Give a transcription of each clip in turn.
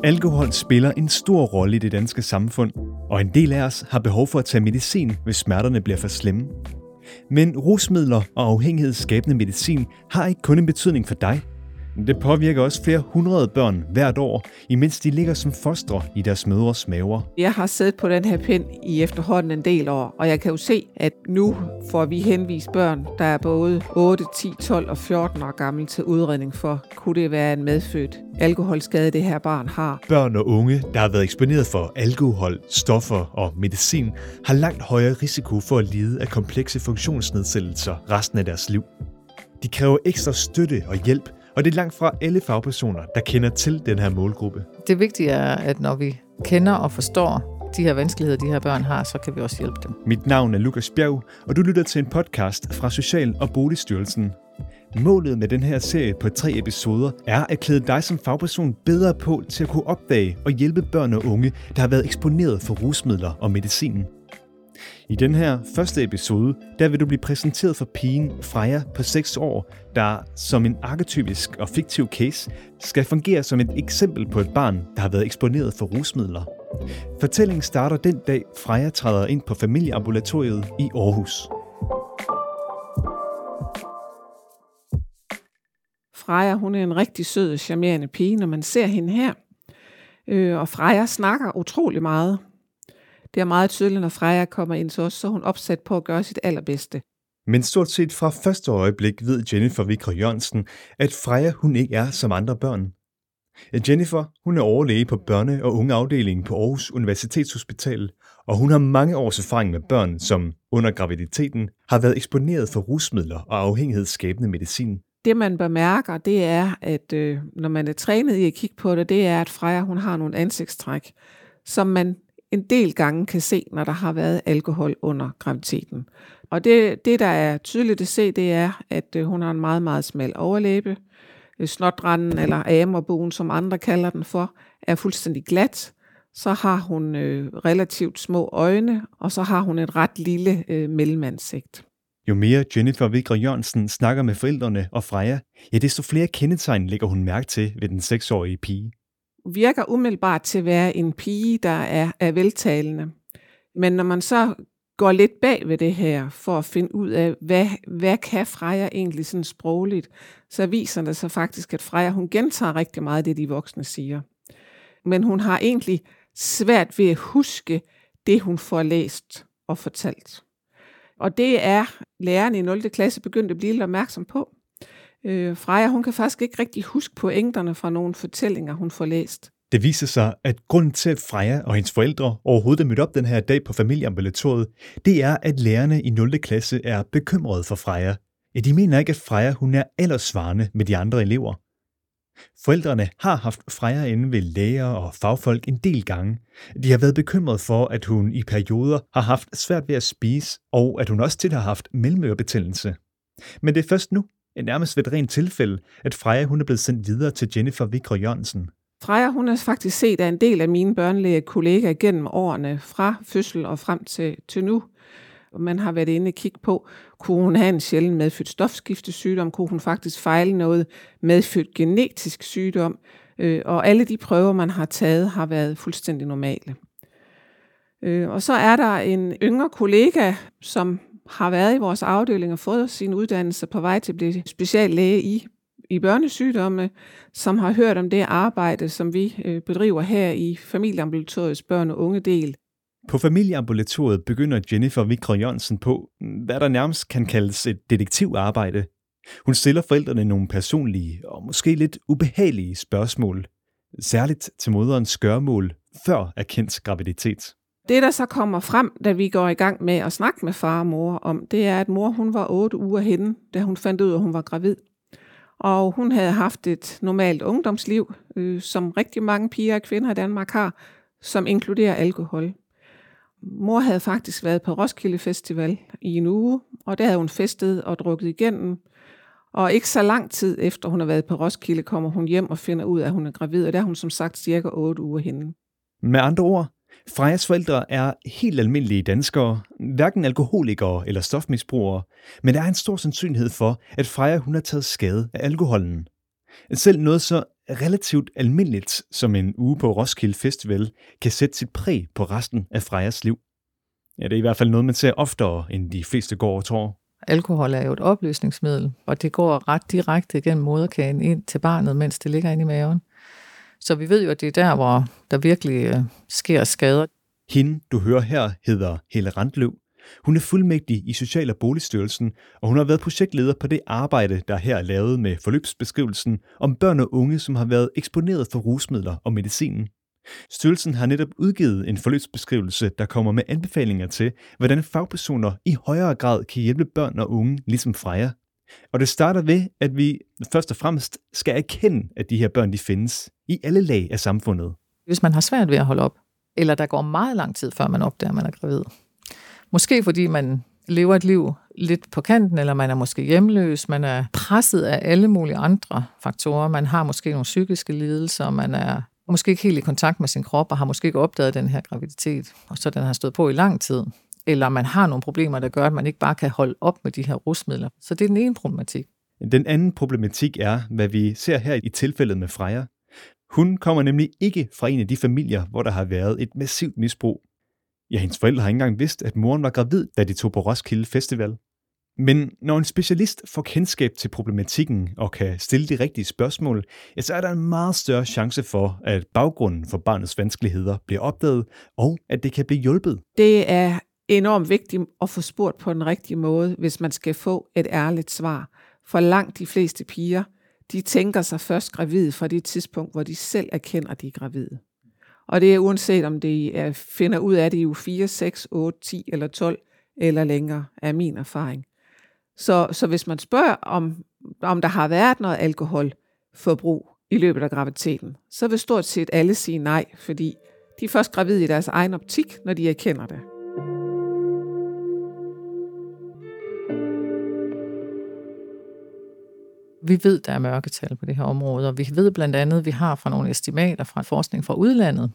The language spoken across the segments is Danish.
Alkohol spiller en stor rolle i det danske samfund, og en del af os har behov for at tage medicin, hvis smerterne bliver for slemme. Men rusmidler og afhængighedsskabende medicin har ikke kun en betydning for dig. Det påvirker også flere hundrede børn hvert år, imens de ligger som fostre i deres mødres maver. Jeg har siddet på den her pind i efterhånden en del år, og jeg kan jo se, at nu får vi henvist børn, der er både 8, 10, 12 og 14 år gamle til udredning for, kunne det være en medfødt alkoholskade, det her barn har. Børn og unge, der har været eksponeret for alkohol, stoffer og medicin, har langt højere risiko for at lide af komplekse funktionsnedsættelser resten af deres liv. De kræver ekstra støtte og hjælp, og det er langt fra alle fagpersoner, der kender til den her målgruppe. Det vigtige er, at når vi kender og forstår de her vanskeligheder, de her børn har, så kan vi også hjælpe dem. Mit navn er Lukas Bjerg, og du lytter til en podcast fra Social- og Boligstyrelsen. Målet med den her serie på 3 episoder er at klæde dig som fagperson bedre på til at kunne opdage og hjælpe børn og unge, der har været eksponeret for rusmidler og medicin. I den her første episode, der vil du blive præsenteret for pigen Freja på 6 år, der som en arketypisk og fiktiv case skal fungere som et eksempel på et barn, der har været eksponeret for rusmidler. Fortællingen starter den dag, Freja træder ind på familieambulatoriet i Aarhus. Freja, hun er en rigtig sød og charmerende pige, når man ser hende her. Og Freja snakker utrolig meget. Det er meget tydeligt, når Freja kommer ind til os, så er hun opsat på at gøre sit allerbedste. Men stort set fra første øjeblik ved Jennifer Vikre Jørgensen, at Freja hun ikke er som andre børn. Jennifer hun er overlæge på børne- og ungeafdelingen på Aarhus Universitetshospital, og hun har mange års erfaring med børn, som under graviditeten har været eksponeret for rusmidler og afhængighedsskabende medicin. Det man bemærker, det er, at når man er trænet i at kigge på det, det er, at Freja hun har nogle ansigtstræk, som man en del gange kan se, når der har været alkohol under graviditeten. Og det der er tydeligt at se, det er, at hun har en meget, meget smal overlæbe. Snotranden, eller amerbuen, som andre kalder den for, er fuldstændig glat. Så har hun relativt små øjne, og så har hun et ret lille mellemandsigt. Jo mere Jennifer Vikre Jørgensen snakker med forældrene og Freja, desto flere kendetegn lægger hun mærke til ved den 6-årige pige. Virker umiddelbart til at være en pige, der er veltalende. Men når man så går lidt bag ved det her, for at finde ud af, hvad kan Freja egentlig sådan sprogligt, så viser det sig faktisk, at Freja hun gentager rigtig meget det, de voksne siger. Men hun har egentlig svært ved at huske det, hun får læst og fortalt. Og det er læreren i 0. klasse begyndt at blive lidt opmærksom på. Freja, hun kan faktisk ikke rigtig huske pointerne fra nogle fortællinger, hun får læst. Det viser sig, at grunden til, at Freja og hendes forældre overhovedet er mødt op den her dag på familieambulatoriet, det er, at lærerne i 0. klasse er bekymrede for Freja. De mener ikke, at Freja hun er alderssvarende med de andre elever. Forældrene har haft Freja inde ved læger og fagfolk en del gange. De har været bekymrede for, at hun i perioder har haft svært ved at spise, og at hun også tit har haft mellemørebetændelse. Men det er først nu, nærmest ved et rent tilfælde, at Freja hun er blevet sendt videre til Jennifer Vikre Jørgensen. Freja hun har faktisk set af en del af mine børnelægekollegaer gennem årene fra fødsel og frem til nu. Man har været inde og kigge på, kunne hun have en sjælden medfødt stofskiftesygdom, kunne hun faktisk fejle noget medfødt genetisk sygdom, og alle de prøver, man har taget, har været fuldstændig normale. Og så er der en yngre kollega, som har været i vores afdeling og fået sin uddannelse på vej til at blive speciallæge i børnesygdomme, som har hørt om det arbejde, som vi bedriver her i familieambulatoriets børn- og unge del. På familieambulatoriet begynder Jennifer Vikre Jørgensen på, hvad der nærmest kan kaldes et detektivarbejde. Hun stiller forældrene nogle personlige og måske lidt ubehagelige spørgsmål, særligt til moderens gøremål før erkendt graviditet. Det, der så kommer frem, da vi går i gang med at snakke med far og mor om, det er, at mor hun var 8 uger henne, da hun fandt ud af, at hun var gravid. Og hun havde haft et normalt ungdomsliv, som rigtig mange piger og kvinder i Danmark har, som inkluderer alkohol. Mor havde faktisk været på Roskilde Festival i en uge, og der havde hun festet og drukket igennem. Og ikke så lang tid efter hun har været på Roskilde, kommer hun hjem og finder ud af, at hun er gravid, og der er hun som sagt cirka 8 uger henne. Med andre ord, Frejas forældre er helt almindelige danskere, hverken alkoholikere eller stofmisbrugere, men der er en stor sandsynlighed for, at Freja hun har taget skade af alkoholen. Selv noget så relativt almindeligt, som en uge på Roskilde Festival kan sætte sit præg på resten af Frejas liv. Ja, det er i hvert fald noget, man ser oftere, end de fleste går og tror. Alkohol er jo et opløsningsmiddel, og det går ret direkte gennem moderkagen ind til barnet, mens det ligger inde i maven. Så vi ved jo, at det er der, hvor der virkelig sker skader. Hende, du hører her, hedder Helle Randløv. Hun er fuldmægtig i Social- og Boligstyrelsen, og hun har været projektleder på det arbejde, der her er lavet med forløbsbeskrivelsen om børn og unge, som har været eksponeret for rusmidler og medicinen. Styrelsen har netop udgivet en forløbsbeskrivelse, der kommer med anbefalinger til, hvordan fagpersoner i højere grad kan hjælpe børn og unge, ligesom Freja. Og det starter ved, at vi først og fremmest skal erkende, at de her børn de findes i alle lag af samfundet. Hvis man har svært ved at holde op, eller der går meget lang tid, før man opdager, at man er gravid. Måske fordi man lever et liv lidt på kanten, eller man er måske hjemløs, man er presset af alle mulige andre faktorer. Man har måske nogle psykiske lidelser, man er måske ikke helt i kontakt med sin krop, og har måske ikke opdaget den her graviditet, og så den har stået på i lang tid. Eller man har nogle problemer, der gør, at man ikke bare kan holde op med de her rusmidler. Så det er den ene problematik. Den anden problematik er, hvad vi ser her i tilfældet med Freja. Hun kommer nemlig ikke fra en af de familier, hvor der har været et massivt misbrug. Ja, hendes forældre har ikke engang vidst, at moren var gravid, da de tog på Roskilde Festival. Men når en specialist får kendskab til problematikken og kan stille de rigtige spørgsmål, ja, så er der en meget større chance for, at baggrunden for barnets vanskeligheder bliver opdaget, og at det kan blive hjulpet. Det er enormt vigtigt at få spurgt på den rigtige måde, hvis man skal få et ærligt svar. For langt de fleste piger, de tænker sig først gravide fra det tidspunkt, hvor de selv erkender, at de er gravide. Og det er uanset om de finder ud af det i uge 4, 6, 8, 10 eller 12 eller længere, er min erfaring. Så hvis man spørger, om der har været noget alkoholforbrug i løbet af graviditeten, så vil stort set alle sige nej, fordi de er først gravide i deres egen optik, når de erkender det. Vi ved, der er mørketal på det her område, og vi ved blandt andet, vi har fra nogle estimater fra forskning fra udlandet,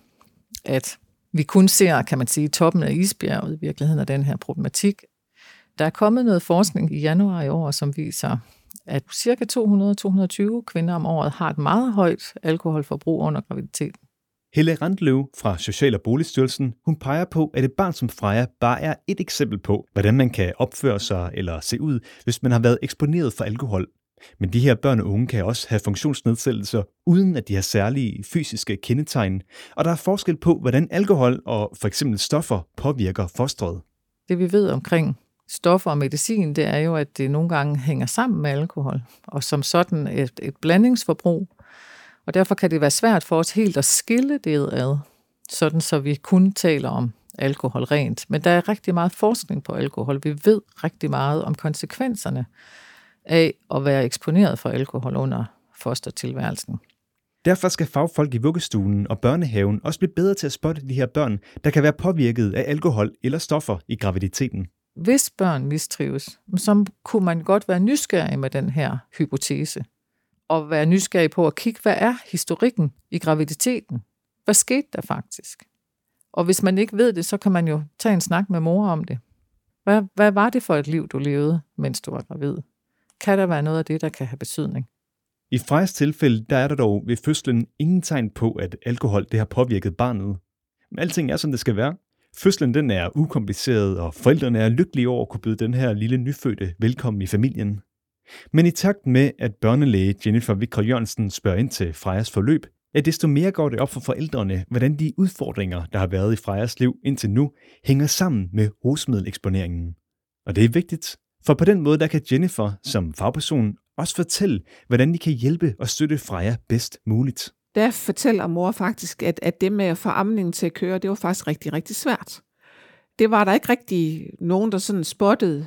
at vi kun ser, kan man sige, toppen af isbjerget i virkeligheden af den her problematik. Der er kommet noget forskning i januar i år, som viser, at ca. 200-220 kvinder om året har et meget højt alkoholforbrug under graviditeten. Helle Randløv fra Social- og Boligstyrelsen, hun peger på, at et barn som Freja bare er et eksempel på, hvordan man kan opføre sig eller se ud, hvis man har været eksponeret for alkohol. Men de her børn og unge kan også have funktionsnedsættelser, uden at de har særlige fysiske kendetegn, og der er forskel på, hvordan alkohol og for eksempel stoffer påvirker fosteret. Det vi ved omkring stoffer og medicin, det er jo, at det nogle gange hænger sammen med alkohol, og som sådan et blandingsforbrug. Og derfor kan det være svært for os helt at skille det ad, sådan så vi kun taler om alkohol rent. Men der er rigtig meget forskning på alkohol. Vi ved rigtig meget om konsekvenserne af at være eksponeret for alkohol under fostertilværelsen. Derfor skal fagfolk i vuggestuen og børnehaven også blive bedre til at spotte de her børn, der kan være påvirket af alkohol eller stoffer i graviditeten. Hvis børn mistrives, så kunne man godt være nysgerrig med den her hypotese. Og være nysgerrig på at kigge, hvad er historikken i graviditeten? Hvad skete der faktisk? Og hvis man ikke ved det, så kan man jo tage en snak med mor om det. Hvad var det for et liv, du levede, mens du var gravid? Kan der være noget af det, der kan have betydning? I Frejas tilfælde, der er der dog ved fødslen ingen tegn på, at alkohol det har påvirket barnet. Men alting er, som det skal være. Fødslen den er ukompliceret, og forældrene er lykkelige over at kunne byde den her lille nyfødte velkommen i familien. Men i takt med, at børnelæge Jennifer Vikre Jørgensen spørger ind til Frejas forløb, desto mere går det op for forældrene, hvordan de udfordringer, der har været i Frejas liv indtil nu, hænger sammen med rusmiddeleksponeringen. Og det er vigtigt, for på den måde der kan Jennifer som fagperson også fortælle, hvordan de kan hjælpe og støtte Freja bedst muligt. Der fortæller mor faktisk, at det med at få amningen til at køre, det var faktisk rigtig, rigtig svært. Det var der ikke rigtig nogen, der sådan spottede.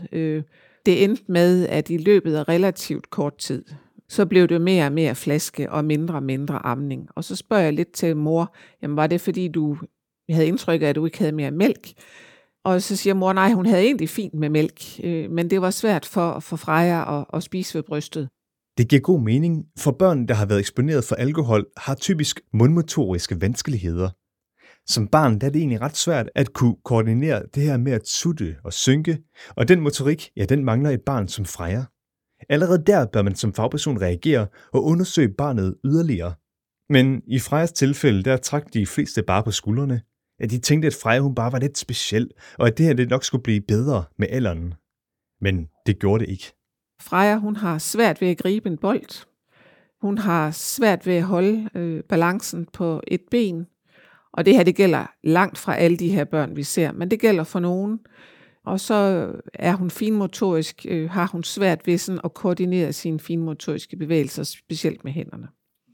Det endte med, at i løbet af relativt kort tid, så blev det mere og mere flaske og mindre amning. Og så spørger jeg lidt til mor, jamen var det fordi du havde indtryk af, at du ikke havde mere mælk? Og så siger mor, nej, hun havde egentlig fint med mælk, men det var svært for Freja at spise ved brystet. Det giver god mening, for børn, der har været eksponeret for alkohol, har typisk mundmotoriske vanskeligheder. Som barn der er det egentlig ret svært at kunne koordinere det her med at sutte og synke, og den motorik, ja, den mangler et barn som Freja. Allerede der bør man som fagperson reagere og undersøge barnet yderligere. Men i Frejas tilfælde, der trak de fleste bare på skuldrene. At de tænkte, at Freja hun bare var lidt speciel, og at det her det nok skulle blive bedre med alderen. Men det gjorde det ikke. Freja, hun har svært ved at gribe en bold. Hun har svært ved at holde balancen på et ben. Og det her, det gælder langt fra alle de her børn, vi ser, men det gælder for nogen. Og så er hun finmotorisk, har hun svært ved sådan at koordinere sine finmotoriske bevægelser, specielt med hænderne.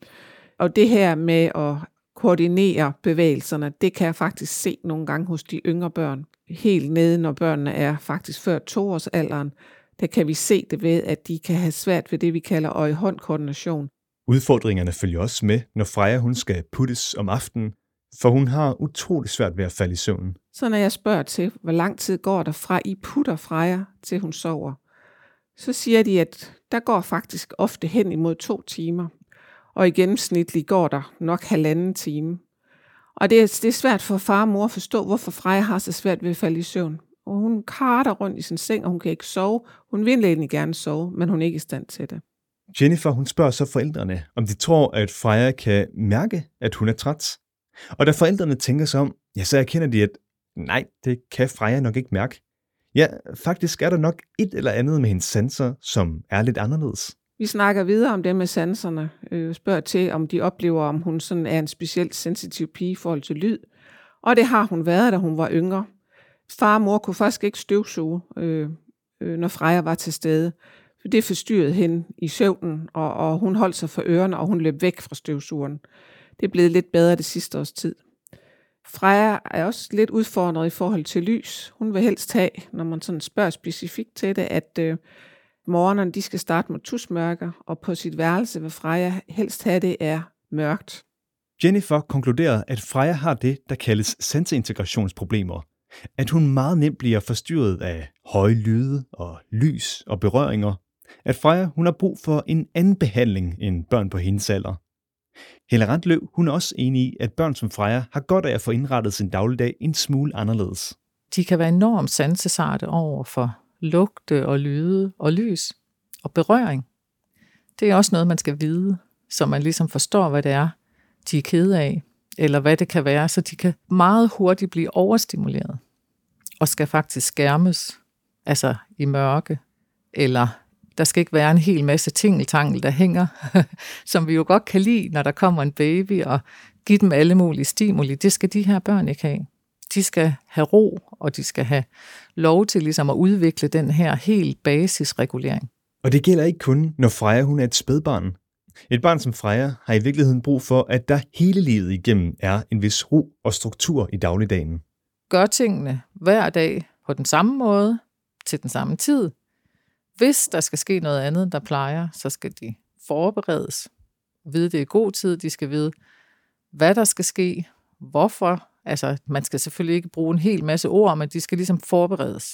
Og det her med at koordinere bevægelserne, det kan jeg faktisk se nogle gange hos de yngre børn. Helt nede, når børnene er faktisk før 2-årsalderen, der kan vi se det ved, at de kan have svært ved det, vi kalder øje-hånd-koordination. Udfordringerne følger også med, når Freja hun skal puttes om aftenen, for hun har utrolig svært ved at falde i søvn. Så når jeg spørger til, hvor lang tid går der fra I putter Freja, til hun sover, så siger de, at der går faktisk ofte hen imod 2 timer. Og i gennemsnitligt går der nok 1,5 time. Og det er svært for far og mor at forstå, hvorfor Freja har så svært ved at falde i søvn. Og hun karter rundt i sin seng, og hun kan ikke sove. Hun vil egentlig gerne sove, men hun er ikke i stand til det. Jennifer hun spørger så forældrene, om de tror, at Freja kan mærke, at hun er træt. Og da forældrene tænker sig om, ja, så erkender de, at nej, det kan Freja nok ikke mærke. Ja, faktisk er der nok et eller andet med hendes sanser, som er lidt anderledes. Vi snakker videre om det med sanserne. Spørger til, om de oplever, om hun sådan er en specielt sensitiv pige i forhold til lyd. Og det har hun været, da hun var yngre. Far og mor kunne faktisk ikke støvsuge, når Freja var til stede. For det forstyrrede hende i søvnen, og hun holdt sig for ørerne, og hun løb væk fra støvsugeren. Det er blevet lidt bedre det sidste års tid. Freja er også lidt udfordret i forhold til lys. Hun vil helst have, når man sådan spørger specifikt til det, at morgenerne de skal starte med tusmørker, og på sit værelse vil Freja helst have det er mørkt. Jennifer konkluderer, at Freja har det, der kaldes sanseintegrationsproblemer. At hun meget nemt bliver forstyrret af høje lyde og lys og berøringer. At Freja hun har brug for en anden behandling end børn på hendes alder. Helle Randløv hun er også enig i, at børn som Freja har godt af at få indrettet sin dagligdag en smule anderledes. De kan være enormt sansesarte over for lugte og lyde og lys og berøring. Det er også noget, man skal vide, så man ligesom forstår, hvad det er, de er kede af, eller hvad det kan være, så de kan meget hurtigt blive overstimuleret og skal faktisk skærmes, altså i mørke, eller der skal ikke være en hel masse tingeltangel, der hænger, som vi jo godt kan lide, når der kommer en baby, og give dem alle mulige stimuli. Det skal de her børn ikke have. De skal have ro, og de skal have lov til ligesom at udvikle den her helt basisregulering. Og det gælder ikke kun, når Freja hun er et spædbarn. Et barn som Freja har i virkeligheden brug for, at der hele livet igennem er en vis ro og struktur i dagligdagen. Gør tingene hver dag på den samme måde, til den samme tid. Hvis der skal ske noget andet, end der plejer, så skal de forberedes. Vide det i god tid. De skal vide, hvad der skal ske, hvorfor. Altså, man skal selvfølgelig ikke bruge en hel masse ord, men de skal ligesom forberedes.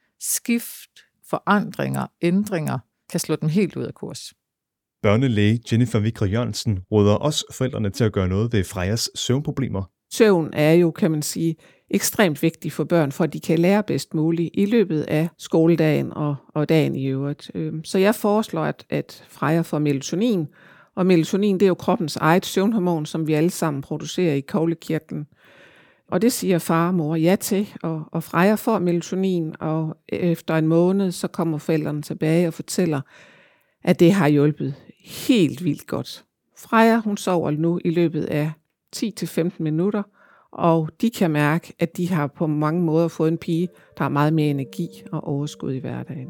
Skift, forandringer, ændringer kan slå dem helt ud af kurs. Børnelæge Jennifer Vigre Jørgensen råder også forældrene til at gøre noget ved Frejas søvnproblemer. Søvn er jo, kan man sige, ekstremt vigtig for børn, for at de kan lære bedst muligt i løbet af skoledagen og dagen i øvrigt. Så jeg foreslår, at Freja får melatonin, og melatonin det er jo kroppens eget søvnhormon, som vi alle sammen producerer i koglekirtlen. Og det siger far og mor ja til, og Freja får melatonin, og efter en måned, så kommer forældrene tilbage og fortæller, at det har hjulpet helt vildt godt. Freja, hun sover nu i løbet af 10-15 minutter, og de kan mærke, at de har på mange måder fået en pige, der har meget mere energi og overskud i hverdagen.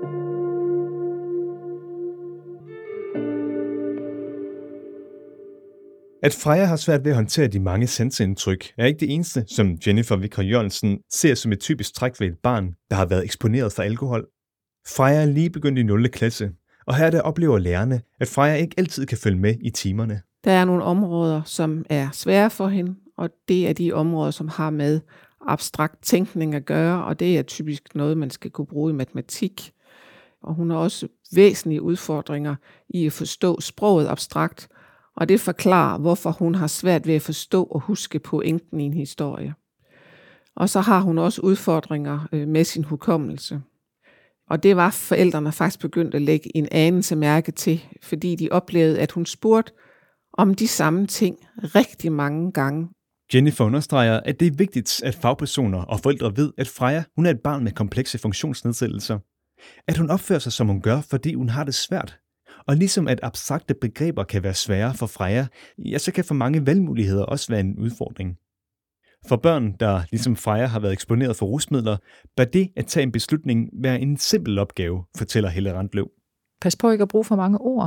At Freja har svært ved at håndtere de mange sanseindtryk, er ikke det eneste, som Jennifer Vigre Jørgensen ser som et typisk træk ved et barn, der har været eksponeret for alkohol. Freja er lige begyndt i 0. klasse, og her der oplever lærerne, at Freja ikke altid kan følge med i timerne. Der er nogle områder, som er svære for hende, og det er de områder, som har med abstrakt tænkning at gøre, og det er typisk noget, man skal kunne bruge i matematik. Og hun har også væsentlige udfordringer i at forstå sproget abstrakt, og det forklarer, hvorfor hun har svært ved at forstå og huske pointen i en historie. Og så har hun også udfordringer med sin hukommelse. Og det var forældrene faktisk begyndt at lægge en anelse mærke til, fordi de oplevede, at hun spurgte, om de samme ting rigtig mange gange. Jennifer understreger, at det er vigtigt, at fagpersoner og forældre ved, at Freja hun er et barn med komplekse funktionsnedsættelser. At hun opfører sig, som hun gør, fordi hun har det svært. Og ligesom at abstrakte begreber kan være svære for Freja, ja, så kan for mange valgmuligheder også være en udfordring. For børn, der ligesom Freja har været eksponeret for rusmidler, bør det at tage en beslutning være en simpel opgave, fortæller Helle Randløv. Pas på ikke at bruge for mange ord.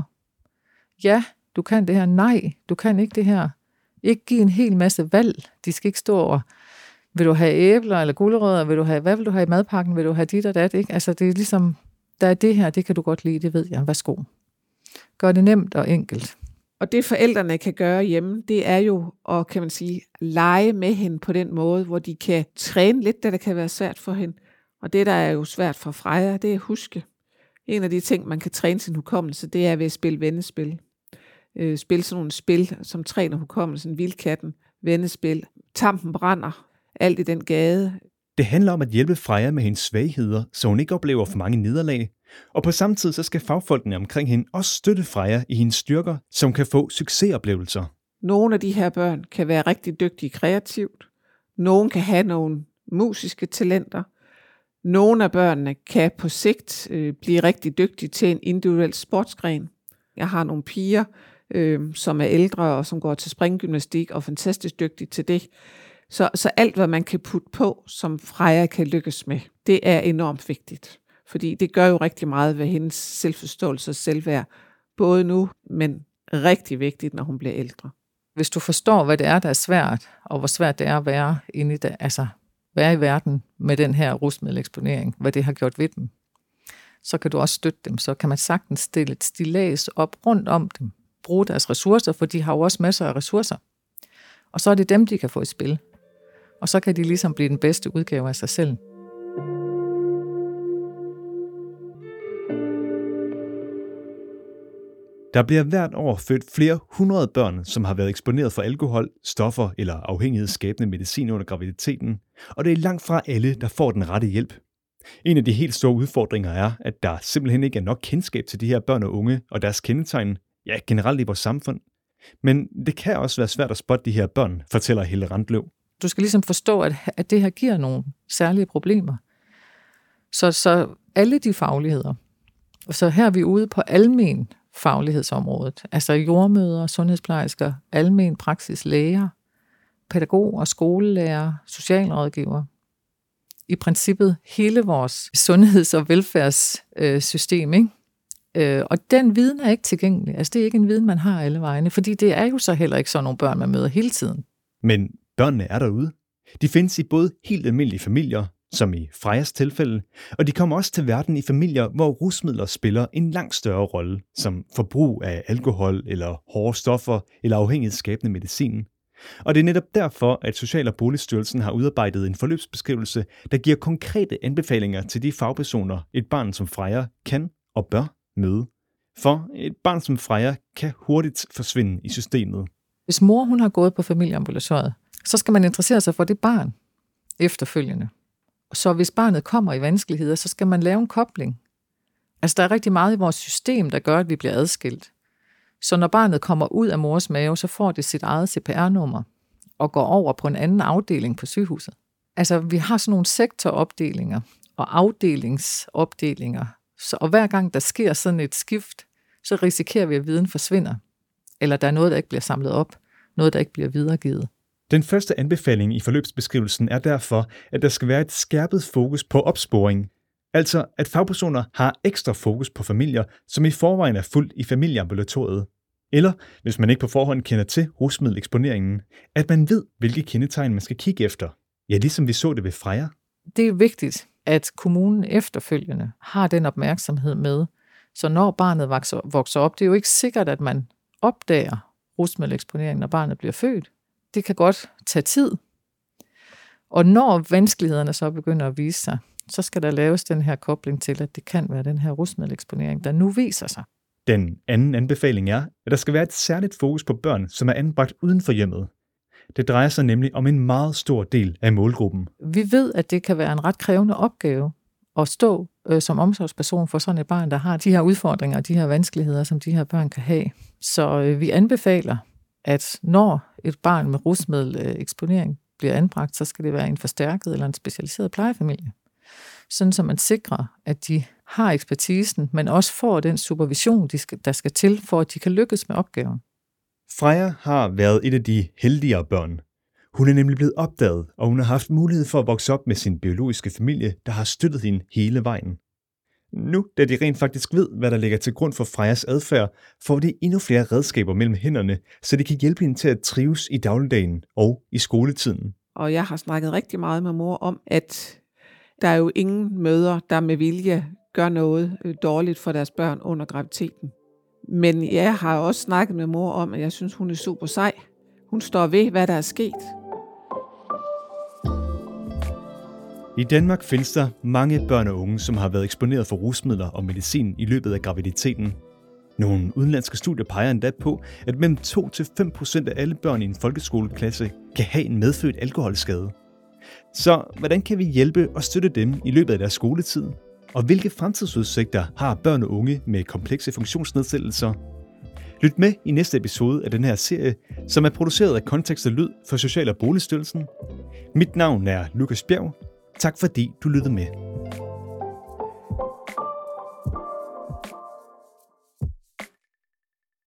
Ja, du kan det her. Nej, du kan ikke det her. Ikke give en hel masse valg. De skal ikke stå over, vil du have æbler eller gulerødder, hvad vil du have i madpakken, vil du have dit og dat, ikke? Altså det er ligesom, der er det her, det kan du godt lide, det ved jeg. Værsgo. Gør det nemt og enkelt. Og det forældrene kan gøre hjemme, det er jo at, kan man sige, lege med hende på den måde, hvor de kan træne lidt, da det kan være svært for hende. Og det, der er jo svært for Freja, det er at huske. En af de ting, man kan træne sin hukommelse, det er ved at spille vendespil. Spille sådan nogle spil, som træner hukommelsen, Vildkatten, vendespil, Tampen brænder, alt i den gade. Det handler om at hjælpe Freja med hendes svagheder, så hun ikke oplever for mange nederlag. Og på samme tid så skal fagfolkene omkring hende også støtte Freja i hendes styrker, som kan få succesoplevelser. Nogle af de her børn kan være rigtig dygtige kreativt. Nogle kan have nogle musiske talenter. Nogle af børnene kan på sigt blive rigtig dygtige til en individuel sportsgren. Jeg har nogle piger, som er ældre og som går til springgymnastik og er fantastisk dygtige til det. Så alt, hvad man kan putte på, som Freja kan lykkes med, det er enormt vigtigt. Fordi det gør jo rigtig meget ved hendes selvforståelse og selvværd, både nu, men rigtig vigtigt, når hun bliver ældre. Hvis du forstår, hvad det er, der er svært, og hvor svært det er at være inde i det, altså være i verden med den her rusmiddeleksponering, hvad det har gjort ved dem, så kan du også støtte dem. Så kan man sagtens stille et stillads op rundt om dem, bruge deres ressourcer, for de har jo også masser af ressourcer. Og så er det dem, de kan få i spil. Og så kan de ligesom blive den bedste udgave af sig selv. Der bliver hvert år født flere hundrede børn, som har været eksponeret for alkohol, stoffer eller afhængighedsskabende medicin under graviditeten, og det er langt fra alle, der får den rette hjælp. En af de helt store udfordringer er, at der simpelthen ikke er nok kendskab til de her børn og unge og deres kendetegn, ja generelt i vores samfund. Men det kan også være svært at spotte de her børn, fortæller Helle Randløv. Du skal ligesom forstå, at det her giver nogle særlige problemer. Så alle de fagligheder, og så her er vi ude på almen faglighedsområdet, altså jordmødre, sundhedsplejersker, almen praksis, læger, pædagoger, skolelærer, socialrådgiver. I princippet hele vores sundheds- og velfærdssystem, ikke? Og den viden er ikke tilgængelig. Altså det er ikke en viden, man har alle vegne, fordi det er jo så heller ikke sådan nogle børn, man møder hele tiden. Men børnene er derude. De findes i både helt almindelige familier, som i Frejas tilfælde, og de kommer også til verden i familier, hvor rusmidler spiller en langt større rolle, som forbrug af alkohol eller hårde stoffer eller afhængighedsskabende medicin. Og det er netop derfor, at Social- og Boligstyrelsen har udarbejdet en forløbsbeskrivelse, der giver konkrete anbefalinger til de fagpersoner, et barn som Freja kan og bør møde. For et barn som Freja kan hurtigt forsvinde i systemet. Hvis mor hun har gået på familieambulatoriet, så skal man interessere sig for det barn efterfølgende. Så hvis barnet kommer i vanskeligheder, så skal man lave en kobling. Altså der er rigtig meget i vores system, der gør, at vi bliver adskilt. Så når barnet kommer ud af mors mave, så får det sit eget CPR-nummer og går over på en anden afdeling på sygehuset. Altså vi har sådan nogle sektoropdelinger og afdelingsopdelinger. Og hver gang der sker sådan et skift, så risikerer vi, at viden forsvinder. Eller der er noget, der ikke bliver samlet op. Noget, der ikke bliver videregivet. Den første anbefaling i forløbsbeskrivelsen er derfor, at der skal være et skærpet fokus på opsporing. Altså, at fagpersoner har ekstra fokus på familier, som i forvejen er fuldt i familieambulatoriet. Eller, hvis man ikke på forhånd kender til rusmiddeleksponeringen, at man ved, hvilke kendetegn man skal kigge efter. Ja, ligesom vi så det ved Freja. Det er vigtigt, at kommunen efterfølgende har den opmærksomhed med. Så når barnet vokser op, det er jo ikke sikkert, at man opdager rusmiddeleksponeringen, når barnet bliver født. Det kan godt tage tid. Og når vanskelighederne så begynder at vise sig, så skal der laves den her kobling til, at det kan være den her rusmiddeleksponering, der nu viser sig. Den anden anbefaling er, at der skal være et særligt fokus på børn, som er anbragt uden for hjemmet. Det drejer sig nemlig om en meget stor del af målgruppen. Vi ved, at det kan være en ret krævende opgave at stå som omsorgsperson for sådan et barn, der har de her udfordringer og de her vanskeligheder, som de her børn kan have. Så vi anbefaler, at når et barn med rusmiddeleksponering bliver anbragt, så skal det være en forstærket eller en specialiseret plejefamilie. Sådan så man sikrer, at de har ekspertisen, men også får den supervision, der skal til, for at de kan lykkes med opgaven. Freja har været et af de heldigere børn. Hun er nemlig blevet opdaget, og hun har haft mulighed for at vokse op med sin biologiske familie, der har støttet hende hele vejen. Nu, da de rent faktisk ved, hvad der ligger til grund for Frejas adfærd, får de endnu flere redskaber mellem hænderne, så de kan hjælpe hende til at trives i dagligdagen og i skoletiden. Og jeg har snakket rigtig meget med mor om, at der er jo ingen mødre, der med vilje gør noget dårligt for deres børn under graviditeten. Men jeg har også snakket med mor om, at jeg synes, hun er super sej. Hun står ved, hvad der er sket. I Danmark findes der mange børn og unge, som har været eksponeret for rusmidler og medicin i løbet af graviditeten. Nogle udenlandske studier peger endda på, at mellem 2-5% af alle børn i en folkeskoleklasse kan have en medfødt alkoholskade. Så hvordan kan vi hjælpe og støtte dem i løbet af deres skoletid? Og hvilke fremtidsudsigter har børn og unge med komplekse funktionsnedsættelser? Lyt med i næste episode af den her serie, som er produceret af Kontekst og Lyd for Social- og Boligstyrelsen. Mit navn er Lukas Bjerg. Tak fordi du lyttede med.